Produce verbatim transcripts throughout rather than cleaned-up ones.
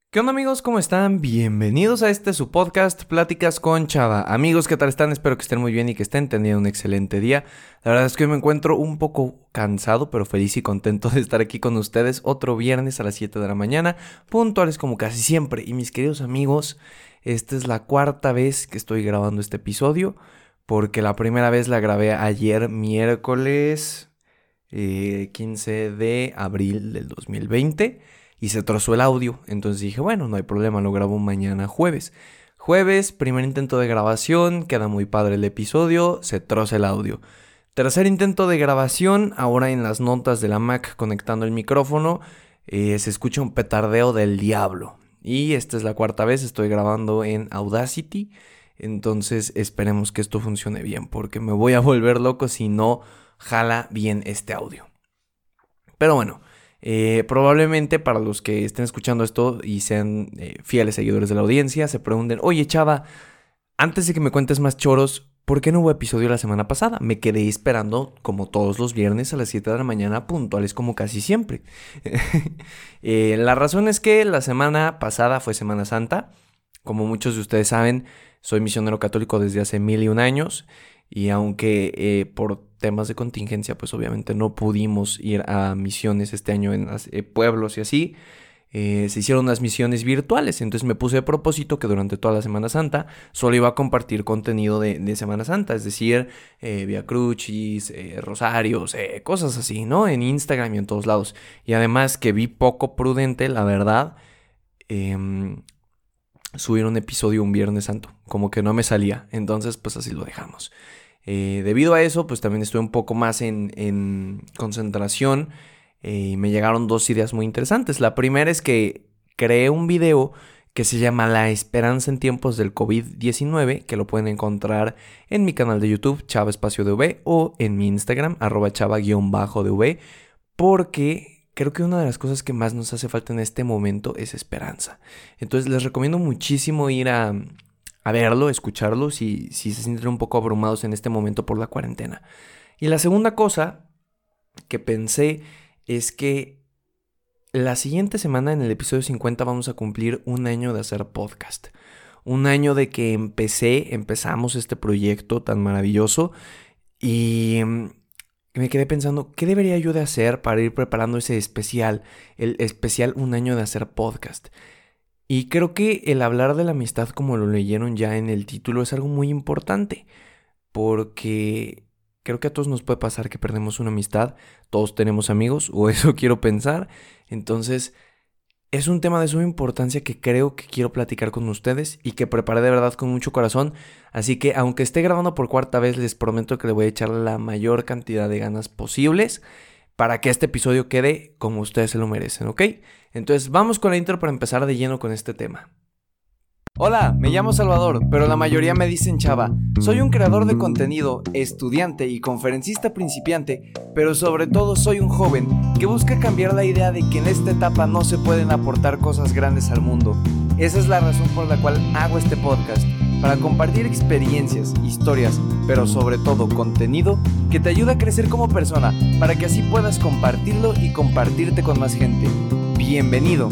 ¿Qué onda, amigos? ¿Cómo están? Bienvenidos a este su podcast Pláticas con Chava. Amigos, ¿qué tal están? Espero que estén muy bien y que estén teniendo un excelente día. La verdad es que hoy me encuentro un poco cansado, pero feliz y contento de estar aquí con ustedes otro viernes a las siete de la mañana, puntuales como casi siempre. Y mis queridos amigos, esta es la cuarta vez que estoy grabando este episodio, porque la primera vez la grabé ayer miércoles eh, quince de abril del dos mil veinte. Y se trozó el audio, entonces dije, bueno, no hay problema, lo grabo mañana jueves. Jueves, primer intento de grabación, queda muy padre el episodio, se troza el audio. Tercer intento de grabación, ahora en las notas de la Mac conectando el micrófono, eh, se escucha un petardeo del diablo. Y esta es la cuarta vez, estoy grabando en Audacity, entonces esperemos que esto funcione bien, porque me voy a volver loco si no jala bien este audio. Pero bueno, eh, probablemente para los que estén escuchando esto y sean eh, fieles seguidores de la audiencia, se pregunten, oye Chava, antes de que me cuentes más choros, ¿por qué no hubo episodio la semana pasada? Me quedé esperando como todos los viernes a las siete de la mañana, puntuales como casi siempre. eh, la razón es que la semana pasada fue Semana Santa. Como muchos de ustedes saben, soy misionero católico desde hace mil y un años. Y aunque eh, por temas de contingencia, pues obviamente no pudimos ir a misiones este año en eh, pueblos y así, eh, se hicieron unas misiones virtuales. Entonces me puse de propósito que durante toda la Semana Santa solo iba a compartir contenido de, de Semana Santa, es decir, eh, Vía Crucis, eh, rosarios, eh, cosas así, ¿no? En Instagram y en todos lados. Y además que vi poco prudente, la verdad, eh, subir un episodio un Viernes Santo, como que no me salía. Entonces pues así lo dejamos. Eh, debido a eso, pues también estuve un poco más en, en concentración eh, y me llegaron dos ideas muy interesantes. La primera es que creé un video que se llama La Esperanza en tiempos del covid diecinueve, que lo pueden encontrar en mi canal de YouTube, Chava Espacio D V, o en mi Instagram, arroba chava-D V, porque creo que una de las cosas que más nos hace falta en este momento es esperanza. Entonces les recomiendo muchísimo ir a... a verlo, escucharlo, si, si se sienten un poco abrumados en este momento por la cuarentena. Y la segunda cosa que pensé es que la siguiente semana, en el episodio cincuenta, vamos a cumplir un año de hacer podcast. Un año de que empecé, empezamos este proyecto tan maravilloso y me quedé pensando, ¿qué debería yo de hacer para ir preparando ese especial, el especial un año de hacer podcast? Y creo que el hablar de la amistad, como lo leyeron ya en el título, es algo muy importante, porque creo que a todos nos puede pasar que perdemos una amistad, todos tenemos amigos, o eso quiero pensar. Entonces es un tema de suma importancia que creo que quiero platicar con ustedes y que preparé de verdad con mucho corazón. Así que aunque esté grabando por cuarta vez, les prometo que le voy a echar la mayor cantidad de ganas posibles para que este episodio quede como ustedes se lo merecen, ¿ok? Entonces vamos con la intro para empezar de lleno con este tema. Hola, me llamo Salvador, pero la mayoría me dicen Chava. Soy un creador de contenido, estudiante y conferencista principiante, pero sobre todo soy un joven que busca cambiar la idea de que en esta etapa no se pueden aportar cosas grandes al mundo. Esa es la razón por la cual hago este podcast, para compartir experiencias, historias, pero sobre todo contenido que te ayuda a crecer como persona, para que así puedas compartirlo y compartirte con más gente. Bienvenido.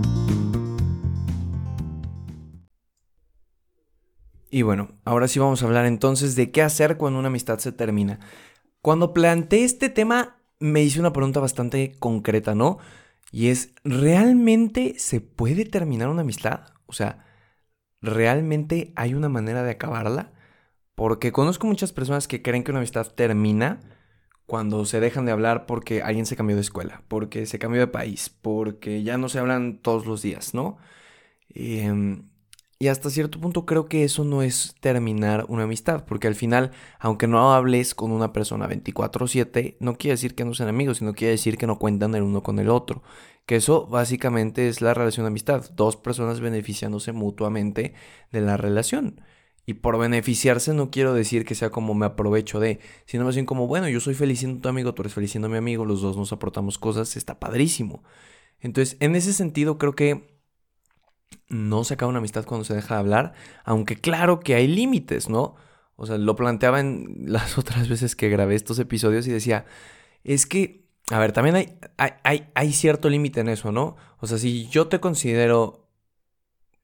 Y bueno, ahora sí vamos a hablar entonces de qué hacer cuando una amistad se termina. Cuando planteé este tema me hice una pregunta bastante concreta, ¿no? Y es, ¿realmente se puede terminar una amistad? O sea, ¿realmente hay una manera de acabarla? Porque conozco muchas personas que creen que una amistad termina cuando se dejan de hablar porque alguien se cambió de escuela, porque se cambió de país, porque ya no se hablan todos los días, ¿no? Eh, y hasta cierto punto creo que eso no es terminar una amistad, porque al final, aunque no hables con una persona veinticuatro siete, no quiere decir que no sean amigos, sino quiere decir que no cuentan el uno con el otro. Que eso básicamente es la relación de amistad, dos personas beneficiándose mutuamente de la relación. Y por beneficiarse no quiero decir que sea como me aprovecho de, sino más bien como, bueno, yo soy feliz siendo tu amigo, tú eres feliz siendo mi amigo, los dos nos aportamos cosas, está padrísimo. Entonces, en ese sentido creo que no se acaba una amistad cuando se deja de hablar, aunque claro que hay límites, ¿no? O sea, lo planteaba en las otras veces que grabé estos episodios y decía, es que, a ver, también hay, hay, hay, hay cierto límite en eso, ¿no? O sea, si yo te considero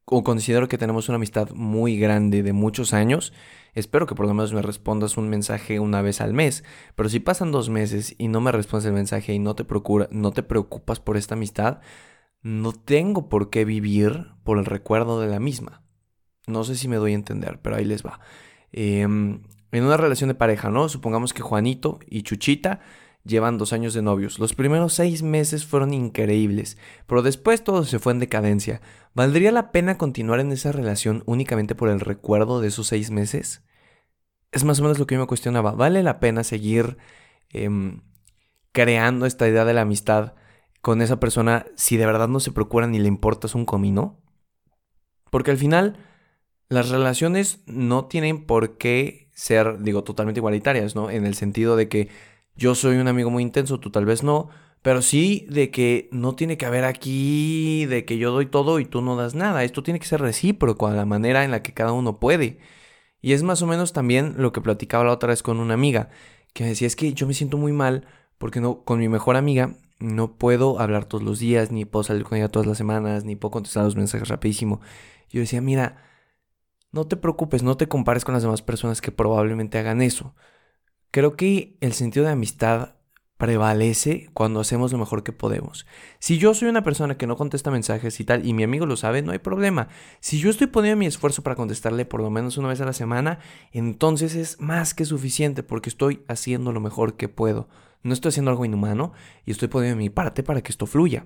o considero que tenemos una amistad muy grande de muchos años, espero que por lo menos me respondas un mensaje una vez al mes. Pero si pasan dos meses y no me respondes el mensaje y no te procura, no te preocupas por esta amistad, no tengo por qué vivir por el recuerdo de la misma. No sé si me doy a entender, pero ahí les va. Eh, en una relación de pareja, ¿no? Supongamos que Juanito y Chuchita llevan dos años de novios. Los primeros seis meses fueron increíbles, pero después todo se fue en decadencia. ¿Valdría la pena continuar en esa relación únicamente por el recuerdo de esos seis meses? Es más o menos lo que yo me cuestionaba. ¿Vale la pena seguir eh, creando esta idea de la amistad con esa persona si de verdad no se procura ni le importas un comino? Porque al final las relaciones no tienen por qué ser, digo, totalmente igualitarias, ¿no? En el sentido de que yo soy un amigo muy intenso, tú tal vez no, pero sí de que no tiene que haber aquí, de que yo doy todo y tú no das nada. Esto tiene que ser recíproco a la manera en la que cada uno puede. Y es más o menos también lo que platicaba la otra vez con una amiga, que me decía, es que yo me siento muy mal porque no, con mi mejor amiga no puedo hablar todos los días, ni puedo salir con ella todas las semanas, ni puedo contestar los mensajes rapidísimo. Yo decía, mira, no te preocupes, no te compares con las demás personas que probablemente hagan eso. Creo que el sentido de amistad prevalece cuando hacemos lo mejor que podemos. Si yo soy una persona que no contesta mensajes y tal, y mi amigo lo sabe, no hay problema. Si yo estoy poniendo mi esfuerzo para contestarle por lo menos una vez a la semana, entonces es más que suficiente porque estoy haciendo lo mejor que puedo. No estoy haciendo algo inhumano y estoy poniendo mi parte para que esto fluya.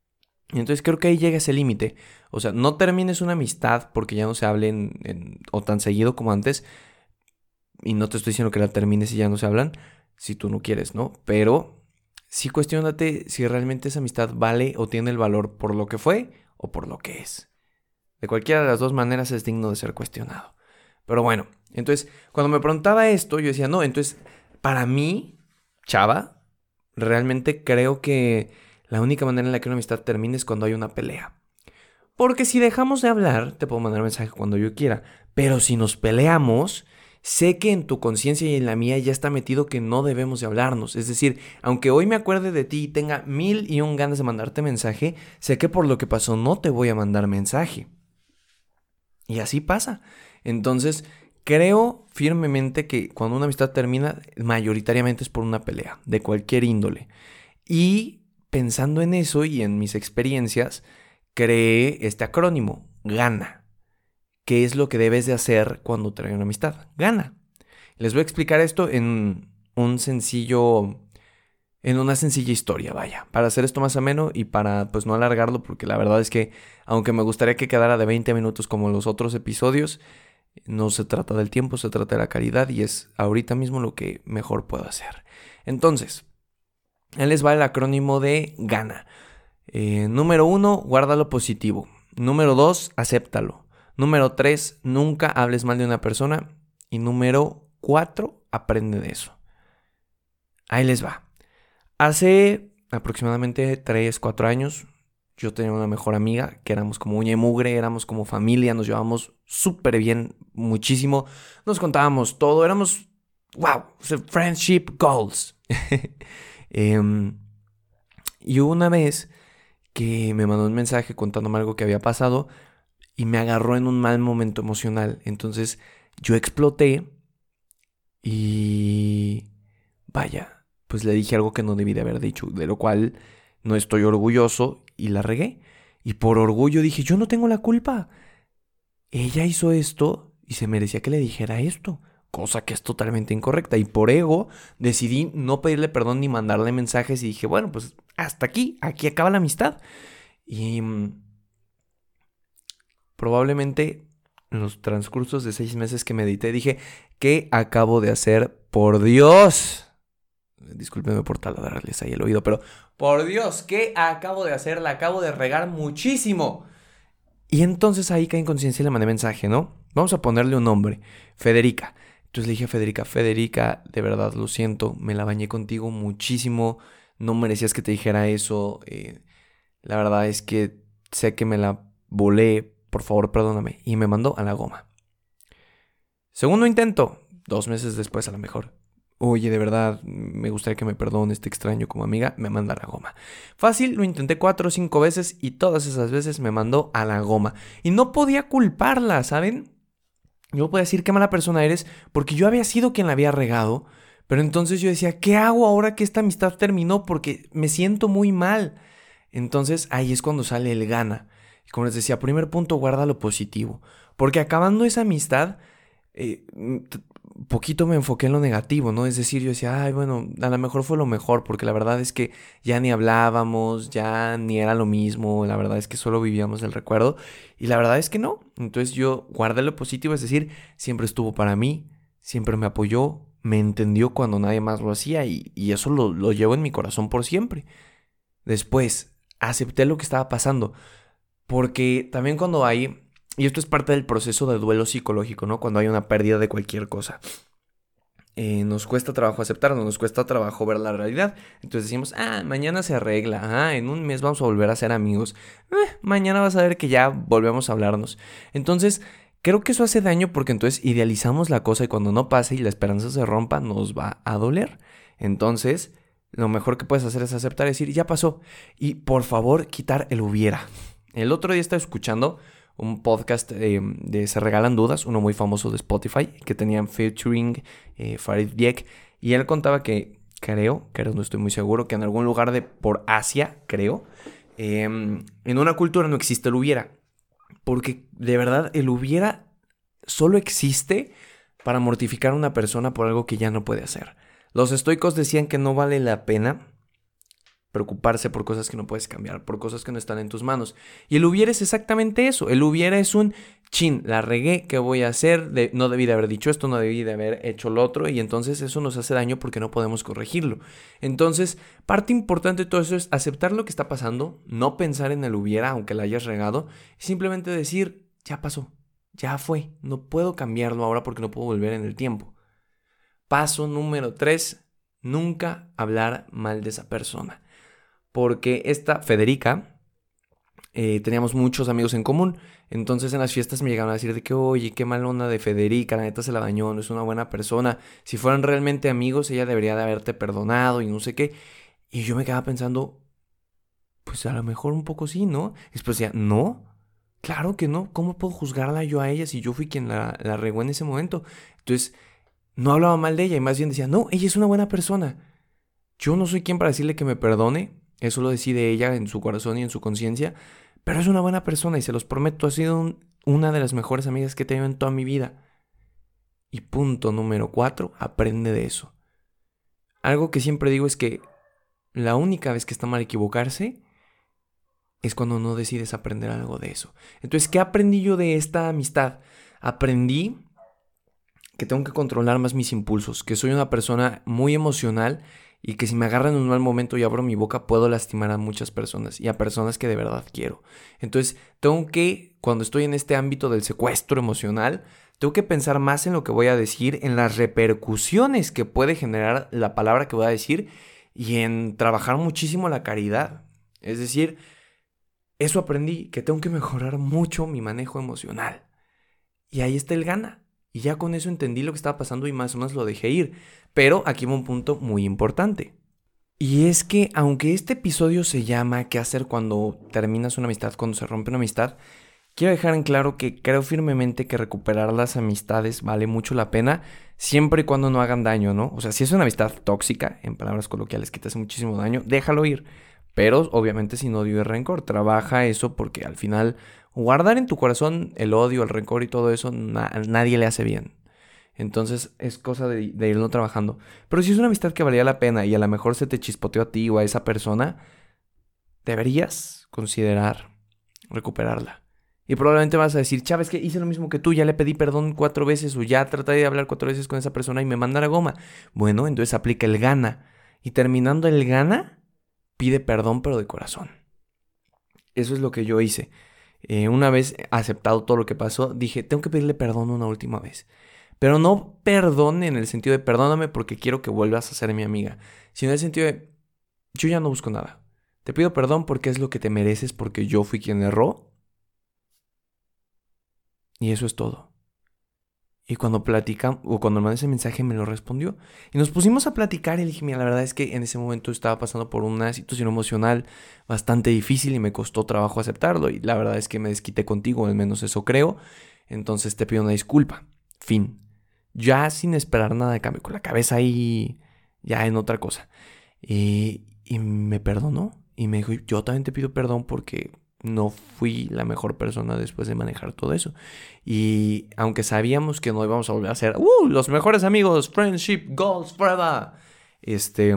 Y entonces creo que ahí llega ese límite. O sea, no termines una amistad porque ya no se hablen en, o tan seguido como antes. Y no te estoy diciendo que la termines y ya no se hablan, si tú no quieres, ¿no? Pero sí cuestiónate si realmente esa amistad vale o tiene el valor por lo que fue o por lo que es. De cualquiera de las dos maneras es digno de ser cuestionado. Pero bueno, entonces, cuando me preguntaba esto, yo decía, no, entonces, para mí, chava, realmente creo que la única manera en la que una amistad termine es cuando hay una pelea. Porque si dejamos de hablar, te puedo mandar mensaje cuando yo quiera. Pero si nos peleamos, sé que en tu conciencia y en la mía ya está metido que no debemos de hablarnos. Es decir, aunque hoy me acuerde de ti y tenga mil y un ganas de mandarte mensaje, sé que por lo que pasó no te voy a mandar mensaje. Y así pasa. Entonces, creo firmemente que cuando una amistad termina, mayoritariamente es por una pelea, de cualquier índole. Y pensando en eso y en mis experiencias, creé este acrónimo, GANA. ¿Qué es lo que debes de hacer cuando termina una amistad? Gana. Les voy a explicar esto en un sencillo, en una sencilla historia, vaya, para hacer esto más ameno y para pues no alargarlo, porque la verdad es que aunque me gustaría que quedara de veinte minutos como los otros episodios, no se trata del tiempo, se trata de la calidad y es ahorita mismo lo que mejor puedo hacer. Entonces, ahí les va el acrónimo de GANA. Eh, número uno, guarda lo positivo. Número dos, acéptalo. Número tres, nunca hables mal de una persona. Y número cuatro, aprende de eso. Ahí les va. Hace aproximadamente tres, cuatro años, yo tenía una mejor amiga que éramos como uña y mugre, éramos como familia, nos llevábamos súper bien, muchísimo. Nos contábamos todo, éramos, wow, friendship goals. eh, y hubo una vez que me mandó un mensaje contándome algo que había pasado y me agarró en un mal momento emocional. Entonces yo exploté y vaya, pues le dije algo que no debí de haber dicho, de lo cual no estoy orgulloso y la regué. Y por orgullo dije, yo no tengo la culpa. Ella hizo esto y se merecía que le dijera esto, cosa que es totalmente incorrecta. Y por ego decidí no pedirle perdón ni mandarle mensajes y dije, bueno, pues hasta aquí, aquí acaba la amistad. Y mmm, probablemente en los transcursos de seis meses que medité dije, ¿qué acabo de hacer? Por Dios. Discúlpenme por taladrarles ahí el oído, pero por Dios, ¿qué acabo de hacer? La acabo de regar muchísimo. Y entonces ahí caí en conciencia y le mandé mensaje, ¿no? Vamos a ponerle un nombre, Federica. Entonces le dije a Federica, Federica, de verdad lo siento, me la bañé contigo muchísimo, no merecías que te dijera eso, eh, la verdad es que sé que me la volé, por favor perdóname. Y me mandó a la goma. Segundo intento, dos meses después a lo mejor. oye, de verdad, me gustaría que me perdones, te extraño como amiga, me manda a la goma. Fácil, lo intenté cuatro o cinco veces y todas esas veces me mandó a la goma. Y no podía culparla, ¿saben? Yo podía decir qué mala persona eres porque yo había sido quien la había regado. Pero entonces yo decía, ¿qué hago ahora que esta amistad terminó? Porque me siento muy mal. Entonces ahí es cuando sale el gana. Y como les decía, primer punto, guarda lo positivo. Porque acabando esa amistad, eh, t- poquito me enfoqué en lo negativo, ¿no? Es decir, yo decía, ay, bueno, a lo mejor fue lo mejor, porque la verdad es que ya ni hablábamos, ya ni era lo mismo, la verdad es que solo vivíamos el recuerdo, y la verdad es que no. Entonces yo guardé lo positivo, es decir, siempre estuvo para mí, siempre me apoyó, me entendió cuando nadie más lo hacía, y, y eso lo, lo llevo en mi corazón por siempre. Después, acepté lo que estaba pasando, porque también cuando hay, y esto es parte del proceso de duelo psicológico, ¿no? Cuando hay una pérdida de cualquier cosa, eh, nos cuesta trabajo aceptarlo, nos cuesta trabajo ver la realidad. Entonces decimos, ah, mañana se arregla, ah, en un mes vamos a volver a ser amigos, eh, mañana vas a ver que ya volvemos a hablarnos. Entonces, creo que eso hace daño porque entonces idealizamos la cosa y cuando no pasa y la esperanza se rompa, nos va a doler. Entonces, lo mejor que puedes hacer es aceptar y decir, ya pasó. Y por favor, quitar el hubiera. El otro día estaba escuchando un podcast eh, de Se Regalan Dudas, uno muy famoso de Spotify, que tenían featuring eh, Farid Diek, y él contaba que, creo, creo, no estoy muy seguro, que en algún lugar de por Asia, creo, eh, en una cultura no existe el hubiera, porque de verdad el hubiera solo existe para mortificar a una persona por algo que ya no puede hacer. Los estoicos decían que no vale la pena preocuparse por cosas que no puedes cambiar, por cosas que no están en tus manos. Y el hubiera es exactamente eso. El hubiera es un chin, la regué, ¿qué voy a hacer? De, no debí de haber dicho esto, no debí de haber hecho lo otro. Y entonces eso nos hace daño porque no podemos corregirlo. Entonces, parte importante de todo eso es aceptar lo que está pasando, no pensar en el hubiera, aunque la hayas regado, y simplemente decir, ya pasó, ya fue, no puedo cambiarlo ahora porque no puedo volver en el tiempo. Paso número tres, nunca hablar mal de esa persona. Porque esta Federica, eh, teníamos muchos amigos en común. Entonces en las fiestas me llegaron a decir de que, oye, qué mal onda de Federica, la neta se la dañó, no es una buena persona. Si fueran realmente amigos, ella debería de haberte perdonado y no sé qué. Y yo me quedaba pensando, pues a lo mejor un poco sí, ¿no? Y después decía, no, claro que no. ¿Cómo puedo juzgarla yo a ella si yo fui quien la, la regó en ese momento? Entonces no hablaba mal de ella y más bien decía, no, ella es una buena persona. Yo no soy quien para decirle que me perdone, eso lo decide ella en su corazón y en su conciencia, pero es una buena persona y se los prometo, ha sido un- una de las mejores amigas que he tenido en toda mi vida. Y punto número cuatro, aprende de eso. Algo que siempre digo es que la única vez que está mal equivocarse es cuando no decides aprender algo de eso. Entonces, ¿qué aprendí yo de esta amistad? Aprendí que tengo que controlar más mis impulsos, que soy una persona muy emocional y que si me agarran en un mal momento y abro mi boca puedo lastimar a muchas personas y a personas que de verdad quiero. Entonces tengo que, cuando estoy en este ámbito del secuestro emocional, tengo que pensar más en lo que voy a decir, en las repercusiones que puede generar la palabra que voy a decir y en trabajar muchísimo la caridad. Es decir, eso aprendí, que tengo que mejorar mucho mi manejo emocional. Y ahí está el gana. Y ya con eso entendí lo que estaba pasando y más o menos lo dejé ir. Pero aquí va un punto muy importante. Y es que aunque este episodio se llama ¿qué hacer cuando terminas una amistad, cuando se rompe una amistad? Quiero dejar en claro que creo firmemente que recuperar las amistades vale mucho la pena siempre y cuando no hagan daño, ¿no? O sea, si es una amistad tóxica, en palabras coloquiales, que te hace muchísimo daño, déjalo ir. Pero obviamente sin odio y rencor, trabaja eso porque al final guardar en tu corazón el odio, el rencor y todo eso, na- nadie le hace bien. Entonces es cosa de, de irlo trabajando. Pero si es una amistad que valía la pena y a lo mejor se te chispoteó a ti o a esa persona, deberías considerar recuperarla. Y probablemente vas a decir, Chávez, que hice lo mismo que tú, ya le pedí perdón cuatro veces o ya traté de hablar cuatro veces con esa persona y me manda la goma. Bueno, entonces aplica el gana. Y terminando el gana, pide perdón pero de corazón. Eso es lo que yo hice. Eh, una vez aceptado todo lo que pasó, dije, tengo que pedirle perdón una última vez. Pero no perdón en el sentido de perdóname porque quiero que vuelvas a ser mi amiga, sino en el sentido de yo ya no busco nada. Te pido perdón porque es lo que te mereces porque yo fui quien erró. Y eso es todo. Y cuando platicamos, o cuando mandé ese mensaje, me lo respondió. Y nos pusimos a platicar y le dije, mira, la verdad es que en ese momento estaba pasando por una situación emocional bastante difícil y me costó trabajo aceptarlo. Y la verdad es que me desquité contigo, al menos eso creo. Entonces te pido una disculpa. Fin. Ya sin esperar nada de cambio, con la cabeza ahí ya en otra cosa. Y, y me perdonó. Y me dijo, yo también te pido perdón porque no fui la mejor persona después de manejar todo eso. Y aunque sabíamos que no íbamos a volver a ser uh, los mejores amigos, friendship goals forever, este,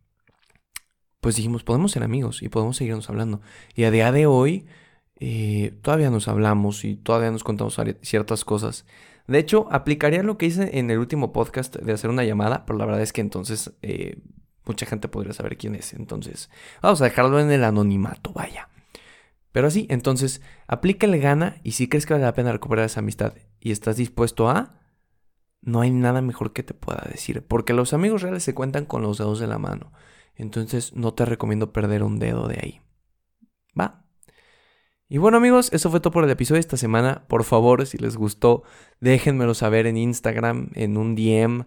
pues dijimos, podemos ser amigos y podemos seguirnos hablando. Y a día de hoy eh, todavía nos hablamos y todavía nos contamos ciertas cosas. De hecho, aplicaría lo que hice en el último podcast de hacer una llamada, pero la verdad es que entonces eh, mucha gente podría saber quién es. Entonces, vamos a dejarlo en el anonimato, vaya. Pero así, entonces, aplícale gana y si crees que vale la pena recuperar esa amistad y estás dispuesto a, no hay nada mejor que te pueda decir. Porque los amigos reales se cuentan con los dedos de la mano. Entonces, no te recomiendo perder un dedo de ahí. ¿Va? Y bueno, amigos, eso fue todo por el episodio de esta semana. Por favor, si les gustó, déjenmelo saber en Instagram, en un D M,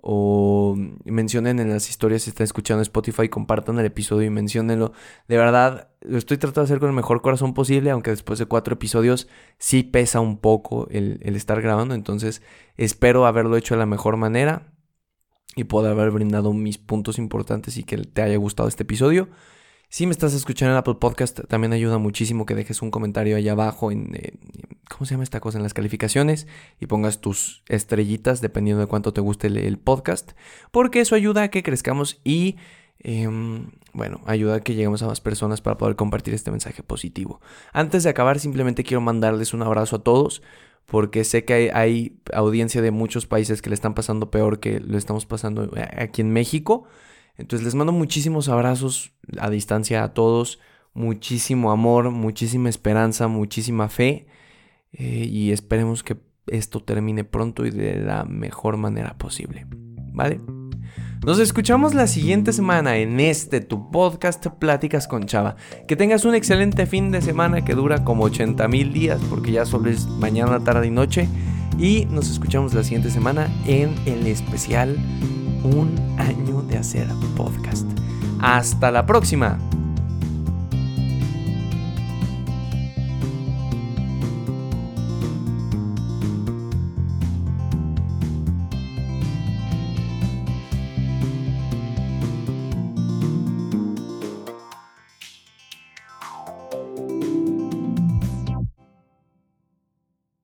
o mencionen en las historias si están escuchando Spotify, compartan el episodio y menciónenlo. De verdad, lo estoy tratando de hacer con el mejor corazón posible, aunque después de cuatro episodios sí pesa un poco el, el estar grabando. Entonces espero haberlo hecho de la mejor manera y poder haber brindado mis puntos importantes y que te haya gustado este episodio. Si me estás escuchando en Apple Podcast, también ayuda muchísimo que dejes un comentario allá abajo en, eh, ¿cómo se llama esta cosa? En las calificaciones y pongas tus estrellitas dependiendo de cuánto te guste el, el podcast, porque eso ayuda a que crezcamos y, eh, bueno, ayuda a que lleguemos a más personas para poder compartir este mensaje positivo. Antes de acabar, simplemente quiero mandarles un abrazo a todos, porque sé que hay, hay audiencia de muchos países que le están pasando peor que lo estamos pasando aquí en México. Entonces les mando muchísimos abrazos a distancia a todos, muchísimo amor, muchísima esperanza, muchísima fe eh, y esperemos que esto termine pronto y de la mejor manera posible, ¿vale? Nos escuchamos la siguiente semana en este tu podcast Pláticas con Chava. Que tengas un excelente fin de semana que dura como ochenta mil días porque ya solo es mañana, tarde y noche. Y nos escuchamos la siguiente semana en el especial Un año de hacer podcast. Hasta la próxima.